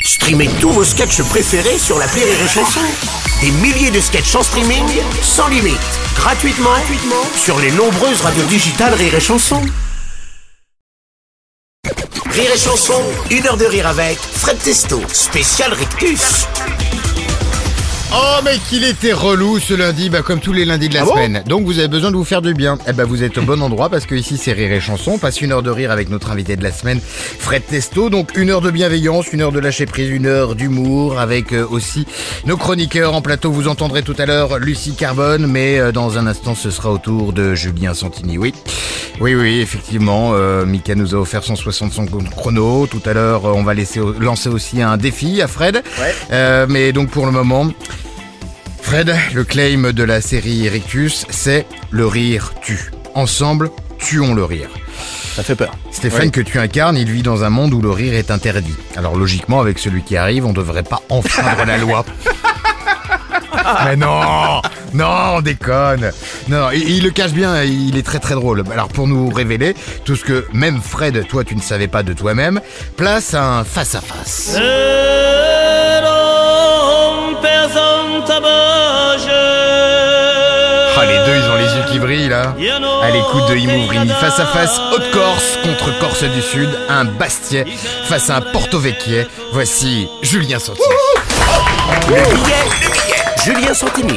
Streamez tous vos sketchs préférés sur l'appli Rire et Chanson. Des milliers de sketchs en streaming, sans limite, gratuitement sur les nombreuses radios digitales Rire et Chanson. Rire et Chanson, 1 heure de rire avec Fred Testo, spécial Rictus. Oh mais qu'il était relou ce lundi, comme tous les lundis de la semaine. Donc vous avez besoin de vous faire du bien. Vous êtes au bon endroit parce que ici c'est Rire et Chanson. On passe 1 heure de rire avec notre invité de la semaine, Fred Testo. Donc 1 heure de bienveillance, 1 heure de lâcher prise, 1 heure d'humour avec aussi nos chroniqueurs en plateau. Vous entendrez tout à l'heure Lucie Carbone, mais dans un instant ce sera au tour de Julien Santini. Oui, effectivement, Mika nous a offert 160 secondes chrono. Tout à l'heure on va lancer aussi un défi à Fred. Ouais. Mais donc pour le moment... Fred, le claim de la série Rictus, c'est le rire tue. Ensemble, tuons le rire. Ça fait peur. Stéphane, que tu incarnes, il vit dans un monde où le rire est interdit. Alors logiquement, avec celui qui arrive, on devrait pas enfreindre la loi. Mais non, on déconne. Non, il le cache bien, il est très très drôle. Alors pour nous révéler tout ce que même Fred, toi tu ne savais pas de toi-même, place à un face-à-face. Les deux, ils ont les yeux qui brillent là. À l'écoute de Imouvrini, face à face, Haute-Corse contre Corse du Sud, un Bastia face à un Porto Vecchio. Voici Julien Santini. Le billet, Julien Santini.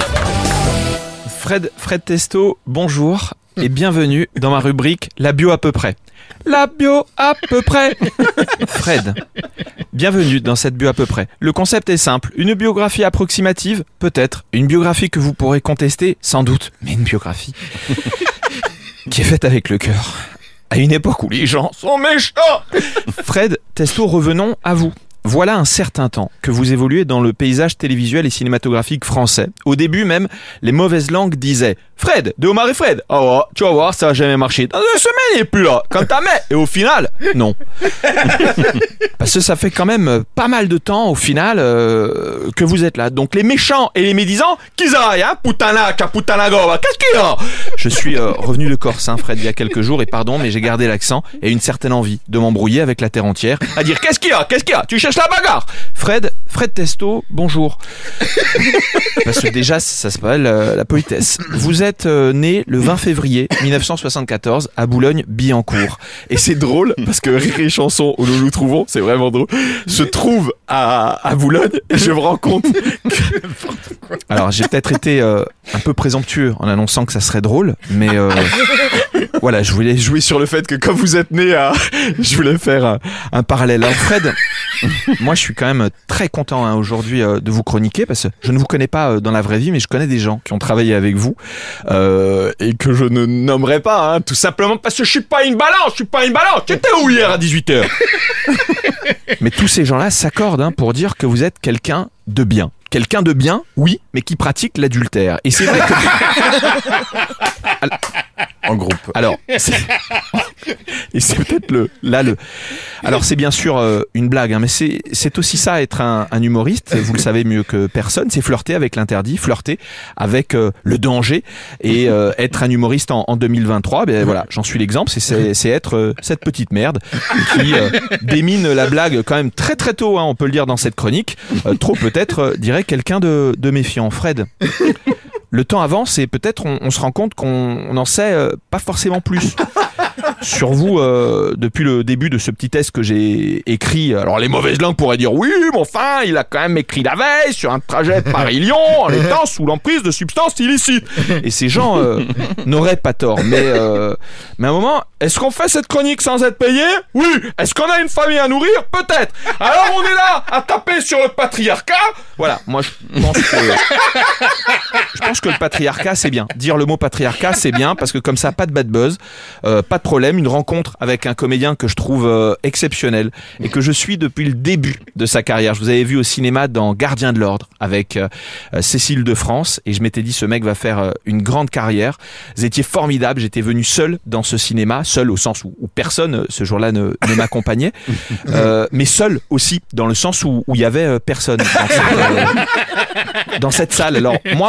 Fred Testo, bonjour et bienvenue dans ma rubrique La bio à peu près. La bio à peu près. Fred, bienvenue dans cette bio à peu près. Le concept est simple, une biographie approximative, peut-être, une biographie que vous pourrez contester, sans doute, mais une biographie qui est faite avec le cœur, à une époque où les gens sont méchants. Fred Testo, revenons à vous. Voilà un certain temps que vous évoluez dans le paysage télévisuel et cinématographique français. Au début même, les mauvaises langues disaient « Fred, de Omar et Fred, oh, tu vas voir, ça n'a jamais marché. Dans 1 semaine, il n'est plus là. Quand t'as mis. » Et au final, non. Parce que ça fait quand même pas mal de temps, au final, que vous êtes là. Donc les méchants et les médisants, qu'ils aillent, hein, putanaka, putanagova, qu'est-ce qu'il y a? Je suis revenu de Corse, hein, Fred, il y a quelques jours, et pardon, mais j'ai gardé l'accent et une certaine envie de m'embrouiller avec la terre entière, à dire « Qu'est-ce qu'il y a? Tu cherches la bagarre ?» Fred Testo, bonjour. Parce que déjà, ça s'appelle la politesse. Vous êtes né le 20 février 1974 à Boulogne-Billancourt. Et c'est drôle parce que Rire et Chanson, où nous nous trouvons, c'est vraiment drôle, se trouve à Boulogne. Et je me rends compte que... Alors, j'ai peut-être été un peu présomptueux en annonçant que ça serait drôle, mais voilà, je voulais jouer sur le fait que comme vous êtes né à... Je voulais faire un parallèle. Alors, Fred, moi je suis quand même très content aujourd'hui de vous chroniquer parce que je ne vous connais pas dans la vraie vie, mais je connais des gens qui ont travaillé avec vous et que je ne nommerai pas, hein, tout simplement parce que je suis pas une balance. T'étais où hier à 18h? Mais tous ces gens-là s'accordent, hein, pour dire que vous êtes quelqu'un de bien. Quelqu'un de bien, oui, mais qui pratique l'adultère. Et c'est vrai que... En groupe. Alors, et c'est peut-être Alors c'est bien sûr une blague, hein, mais c'est aussi ça, être un humoriste. Vous le savez mieux que personne. C'est flirter avec l'interdit, flirter avec le danger, et être un humoriste en 2023. Voilà, j'en suis l'exemple. C'est être cette petite merde qui démine la blague quand même très très tôt. Hein, on peut le dire dans cette chronique. Trop peut-être, dirait quelqu'un de méfiant. Fred. Le temps avance et peut-être on se rend compte qu'on n'en sait pas forcément plus sur vous depuis le début de ce petit test que j'ai écrit. Alors les mauvaises langues pourraient dire oui, mais enfin il a quand même écrit la veille sur un trajet Paris-Lyon en étant sous l'emprise de substances illicites. Et ces gens n'auraient pas tort. Mais à un moment, est-ce qu'on fait cette chronique sans être payé? Oui. Est-ce qu'on a une famille à nourrir? Peut-être. Alors on est là à taper sur le patriarcat. Voilà, moi je pense que le patriarcat c'est bien. Dire le mot patriarcat c'est bien parce que comme ça, pas de bad buzz, pas de problème. Une rencontre avec un comédien que je trouve exceptionnel et que je suis depuis le début de sa carrière. Je vous avais vu au cinéma dans Gardien de l'Ordre avec Cécile de France et je m'étais dit ce mec va faire une grande carrière. Vous étiez formidable. J'étais venu seul dans ce cinéma, seul au sens où personne ce jour-là ne m'accompagnait, mais seul aussi dans le sens où il y avait personne dans cette salle. Alors moi,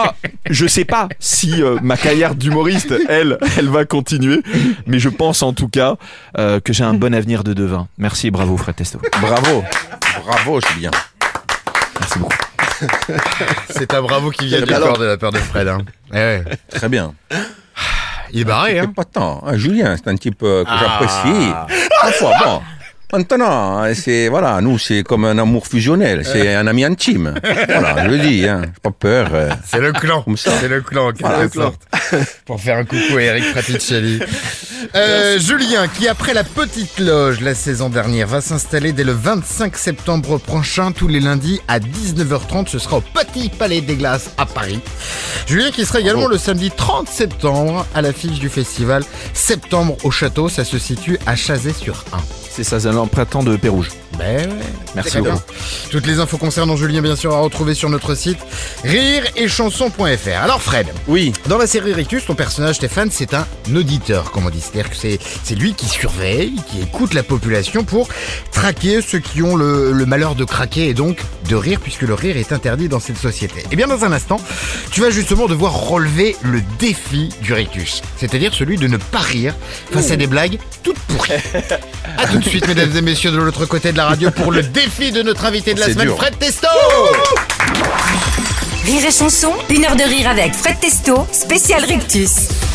Je sais pas si ma carrière d'humoriste, elle va continuer, mais je pense en tout cas que j'ai un bon avenir de devin. Merci et bravo Fred Testo. Bravo Julien. Merci beaucoup. C'est un bravo qui vient du corps de la peur de Fred. Hein. Ouais. Très bien. Il est barré, hein. Pas tant. Julien, c'est un type que j'apprécie. Parfois, bon. Maintenant, nous, c'est comme un amour fusionnel. C'est un ami intime. Voilà, je le dis, hein. J'ai pas peur. C'est le clan. Comme ça. C'est le clan, en quelque sorte. Pour faire un coucou à Eric Fraticelli. Julien, qui après la Petite Loge la saison dernière, va s'installer dès le 25 septembre prochain, tous les lundis à 19h30. Ce sera au Petit Palais des Glaces à Paris. Julien qui sera également le samedi 30 septembre à l'affiche du festival Septembre au Château. Ça se situe à Chazay-sur-Ain. C'est ça, c'est un printemps de Pérouge. Ben ouais. Merci beaucoup. Toutes les infos concernant Julien, bien sûr, à retrouver sur notre site rireetchanson.fr. Alors Fred, Oui. dans la série Rictus, ton personnage Stéphane, c'est un auditeur, comme on dit. C'est-à-dire que c'est lui qui surveille, qui écoute la population pour traquer ceux qui ont le malheur de craquer et donc de rire, puisque le rire est interdit dans cette société. Et bien dans un instant, tu vas justement devoir relever le défi du Rictus, c'est-à-dire celui de ne pas rire face à des blagues toutes pourries. A tout de suite, mesdames et messieurs, de l'autre côté de la radio pour le défi de notre invité de la semaine, dur. Fred Testo. Rire et chanson, 1 heure de rire avec Fred Testo, spécial Rictus.